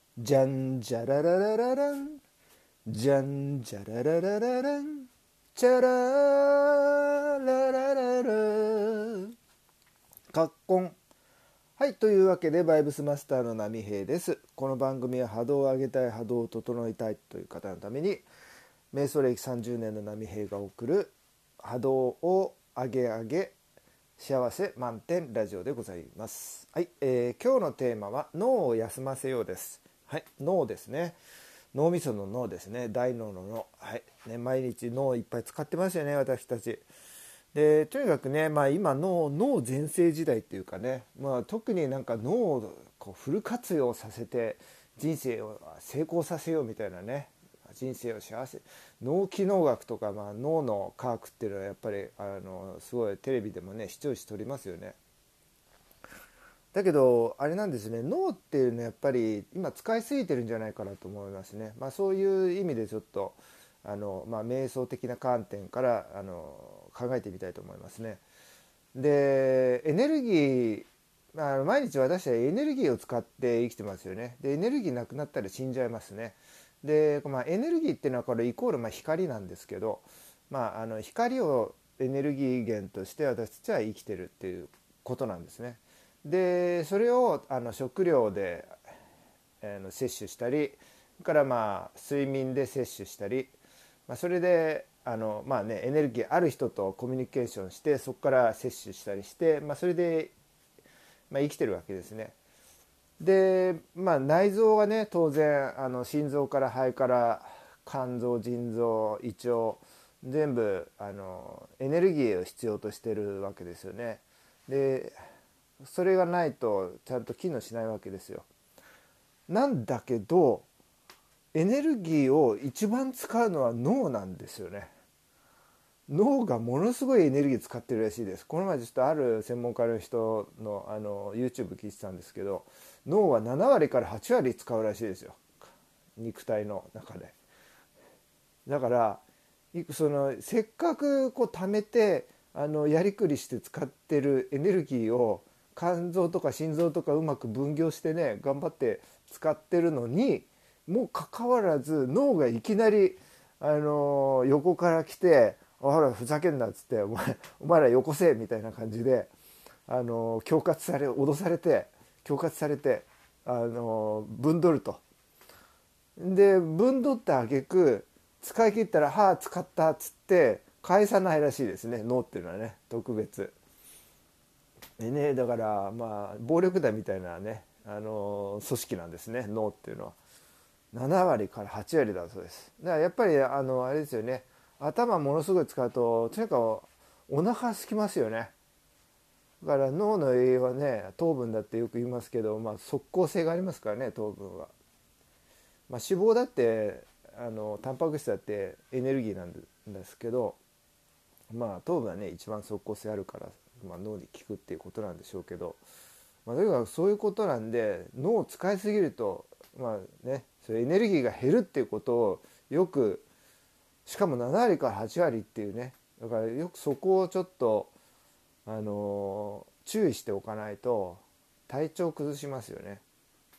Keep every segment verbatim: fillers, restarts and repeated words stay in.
じゃんじゃらららららん、じゃんじゃらららららん、じゃらららららかっこん。はい、というわけでバイブスマスターの波平です。この番組は波動を上げたい、波動を整えたいという方のために、瞑想歴さんじゅうねんの波平が送る波動を上げ上げ幸せ満点ラジオでございます。はい、えー、今日のテーマは脳を休ませようです。はい、脳ですね。脳みその脳ですね。大脳の脳。はいね、毎日脳をいっぱい使ってますよね、私たち。でとにかくね、まあ、今脳脳全盛時代っていうかね、まあ、特になんか脳をこうフル活用させて人生を成功させようみたいなね、人生を幸せ、脳機能学とか、まあ、脳の科学っていうのはやっぱりあのすごいテレビでもね視聴しておりますよね。だけどあれなんですね、脳っていうのはやっぱり今使いすぎてるんじゃないかなと思いますね。まあ、そういう意味でちょっとあの、まあ、瞑想的な観点からあの考えてみたいと思いますね。でエネルギー、まあ、毎日私はエネルギーを使って生きてますよね。でエネルギーなくなったら死んじゃいますね。で、まあ、エネルギーっていうのはこれイコールまあ光なんですけど、まあ、あの光をエネルギー源として私たちは生きてるっていうことなんですね。でそれをあの食料で、えーの摂取したり、それからまあ睡眠で摂取したり、まあ、それであの、まあね、エネルギーある人とコミュニケーションしてそこから摂取したりして、まあ、それで、まあ、生きてるわけですね。で、まあ、内臓はね当然あの心臓から肺から肝臓腎臓胃腸全部あのエネルギーを必要としてるわけですよね。でそれがないとちゃんと機能しないわけですよ。なんだけどエネルギーを一番使うのは脳なんですよね。脳がものすごいエネルギー使ってるらしいです。この前ちょっとある専門家の人の、あの YouTube 聞いてたんですけど、脳はなな割からはち割使うらしいですよ、肉体の中で。だからそのせっかくこう貯めてあのやりくりして使ってるエネルギーを肝臓とか心臓とかうまく分業してね頑張って使ってるのにもかかわらず脳がいきなりあの横から来て「ほらふざけんな」っつって「お前お前らよこせ」みたいな感じであの恐喝され脅されて恐喝されてあのぶんどると。でぶんどった挙句使い切ったら「はあ使った」っつって返さないらしいですね、脳っていうのはね、特別でね。だからまあ暴力団みたいなねあの組織なんですね、脳っていうのは。なな割からはち割だそうです。だからやっぱりあのあれですよね、頭ものすごい使うととにかくお腹空きますよね。だから脳の栄養はね糖分だってよく言いますけど、まあ、即効性がありますからね、糖分は。まあ、脂肪だってあのタンパク質だってエネルギーなんですけど、まあ、糖分はね一番即効性あるから、まあ、脳に効くっていうことなんでしょうけど、まあ、とにかくそういうことなんで脳を使いすぎると、まあね、それエネルギーが減るっていうことをよく、しかもなな割からはち割っていうね、だからよくそこをちょっと、あのー注意しておかないと体調を崩しますよね。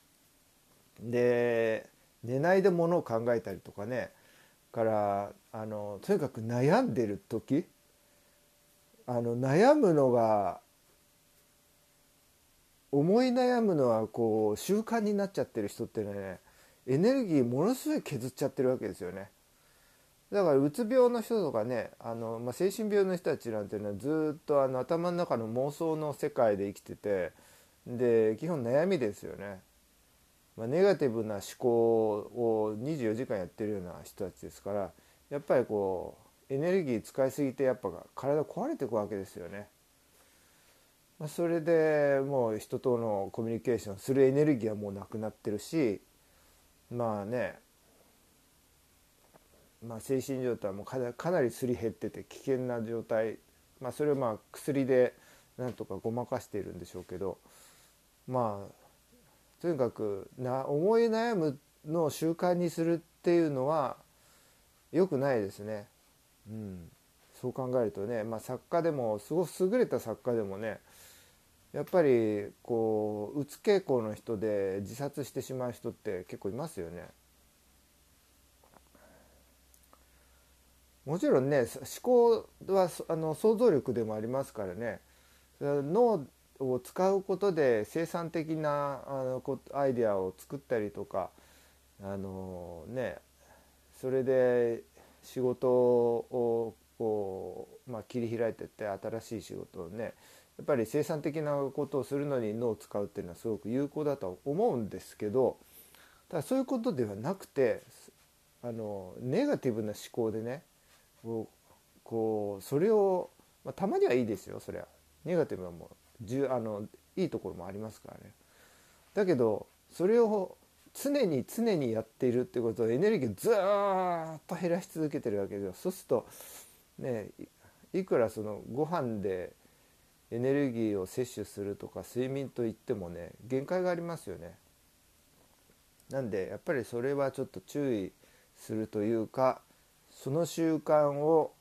で寝ないでものを考えたりとかね、からあのとにかく悩んでる時、あの悩むのが思い悩むのはこう習慣になっちゃってる人ってね、エネルギーものすごい削っちゃってるわけですよね。だからうつ病の人とかね、あの、まあ、精神病の人たちなんていうのはずっとあの頭の中の妄想の世界で生きてて、で基本悩みですよね。まあ、ネガティブな思考をにじゅうよじかんやってるような人たちですから、やっぱりこうエネルギー使いすぎてやっぱ体壊れていくわけですよね。まあ、それでもう人とのコミュニケーションするエネルギーはもうなくなってるし、まあね、まあ、精神状態もかな、かなりすり減ってて危険な状態、まあ、それをまあ薬でなんとかごまかしているんでしょうけど、まあとにかくな思い悩むのを習慣にするっていうのは良くないですね。うん、そう考えるとね、まあ、作家でもすごく優れた作家でもね、 やっぱりこううつ傾向の人で自殺してしまう人って結構いますよね。もちろんね、思考はあの想像力でもありますからね。脳を使うことで生産的なあのこアイデアを作ったりとか、あのね、それで仕事をこう、まあ、切り開いていって新しい仕事をね、やっぱり生産的なことをするのに脳を使うっていうのはすごく有効だと思うんですけど、ただそういうことではなくて、あのネガティブな思考でね、こうこうそれを、まあ、たまにはいいですよ、それは。ネガティブはもうじゅあのいいところもありますからね。だけどそれを常に常にやっているってことはエネルギーをずーっと減らし続けてるわけですよ。そうするとね、いくらそのご飯でエネルギーを摂取するとか睡眠といってもね、限界がありますよね。なんでやっぱりそれはちょっと注意するというか、その習慣を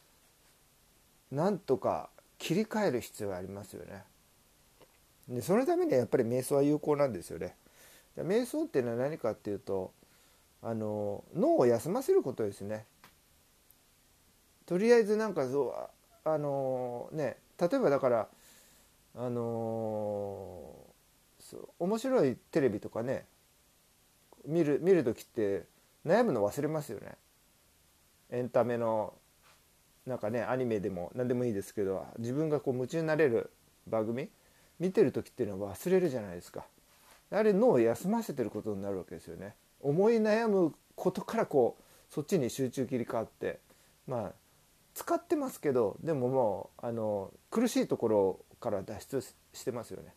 なんとか切り替える必要がありますよね。でそのためにはやっぱり瞑想は有効なんですよね。瞑想っていうのは何かっていうと、あの脳を休ませることですね。とりあえずなんかそうあのね、例えばだからあのそう面白いテレビとかね、見る見る時って悩むの忘れますよね。エンタメのなんかね、アニメでも何でもいいですけど、自分がこう夢中になれる番組見てる時っていうのは忘れるじゃないですか。あれ脳を休ませてることになるわけですよね。思い悩むことからこうそっちに集中切り替わって、まあ使ってますけど、でももうあの苦しいところから脱出してますよね。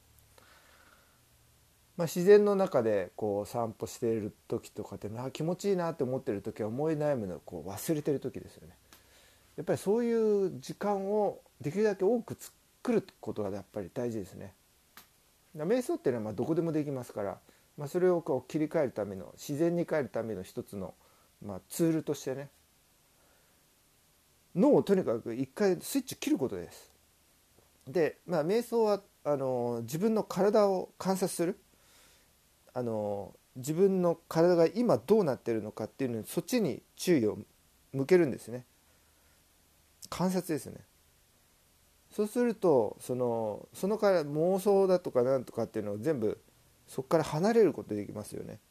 まあ、自然の中でこう散歩している時とかってあ気持ちいいなって思ってる時は思い悩むのをこう忘れてる時ですよね。やっぱりそういう時間をできるだけ多く作ることがやっぱり大事ですね。瞑想っていうのはまあどこでもできますから、まあ、それをこう切り替えるための、自然に変えるための一つのまあツールとしてね、脳をとにかく一回スイッチ切ることです。で、まあ、瞑想はあの自分の体を観察する、あの自分の体が今どうなっているのかっていうのにそっちに注意を向けるんですね。観察ですね。そうするとそのそのから妄想だとかなんとかっていうのを全部そこから離れることができますよね。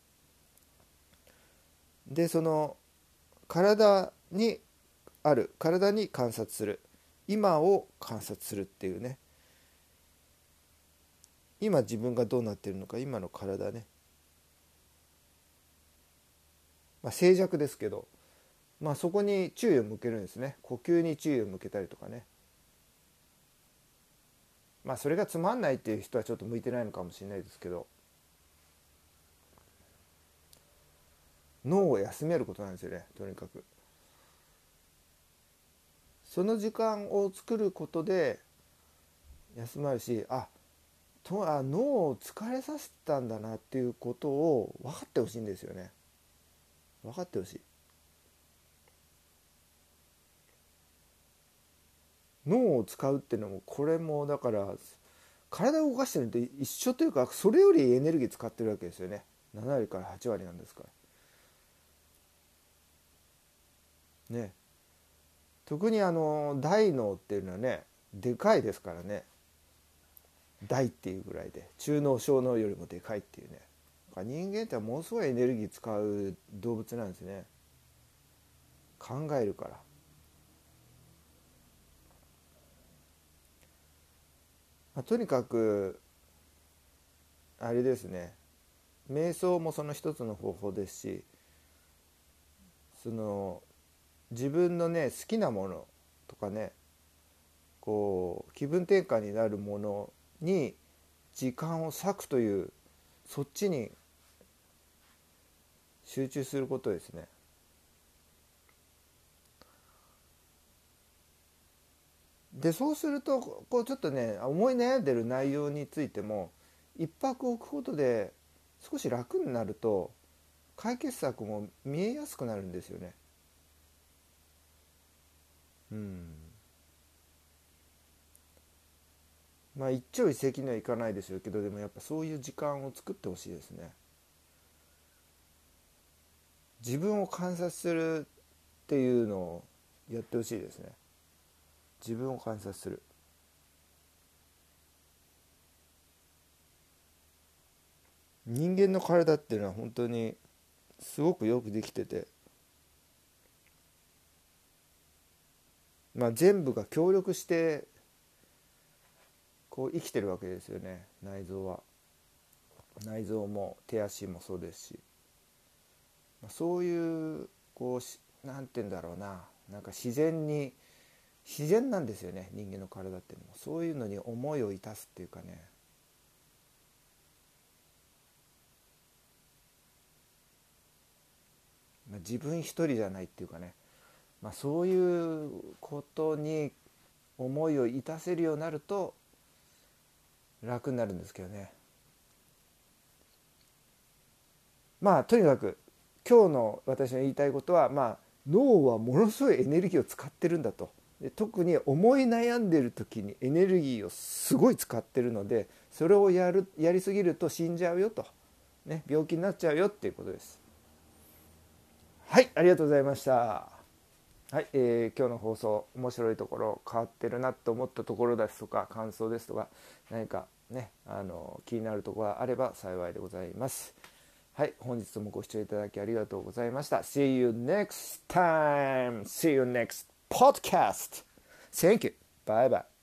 でその体にある体に観察する、今を観察するっていうね、今自分がどうなっているのか、今の体ね、まあ、静寂ですけど、まあ、そこに注意を向けるんですね。呼吸に注意を向けたりとかね。まあそれがつまんないっていう人はちょっと向いてないのかもしれないですけど、脳を休めることなんですよね、とにかく。その時間を作ることで休まるし、あとあ脳を疲れさせたんだなっていうことを分かってほしいんですよね。分かってほしい。脳を使うっていうのもこれもだから体を動かしてるのと一緒というか、それよりエネルギー使ってるわけですよね。なな割からはち割なんですからね。特にあの大脳っていうのはね、でかいですからね。大っていうぐらいで、中脳小脳よりもでかいっていうね。人間ってものすごいエネルギー使う動物なんですね。考えるから。まあ、とにかくあれですね、瞑想もその一つの方法ですし、その自分のね好きなものとかね、こう気分転換になるものに時間を割くという、そっちに集中することですね。でそうするとこうちょっとね、思い悩んでる内容についても一泊置くことで少し楽になると、解決策も見えやすくなるんですよね。うんまあ一朝一夕にはいかないでしょうけど、でもやっぱそういう時間を作ってほしいですね。自分を観察するっていうのをやってほしいですね。自分を観察する。人間の体っていうのは本当にすごくよくできてて、まあ、全部が協力してこう生きてるわけですよね。内臓は、内臓も手足もそうですし、そういうこうしなんて言うんだろうな、なんか自然に自然なんですよね、人間の体っていうのも。そういうのに思いを致すっていうかね、まあ、自分一人じゃないっていうかね、まあ、そういうことに思いを致せるようになると楽になるんですけどね。まあとにかく今日の私の言いたいことは、まあ脳はものすごいエネルギーを使ってるんだと。で特に思い悩んでる時にエネルギーをすごい使ってるので、それをやるやりすぎると死んじゃうよと、ね、病気になっちゃうよっていうことです。はい、ありがとうございました。はい、えー今日の放送面白いところ、変わってるなと思ったところですとか、感想ですとか、何かね、あの気になるところがあれば幸いでございます。はい、本日もご視聴いただきありがとうございました。 See you next time. See you next podcast. Thank you. Bye bye.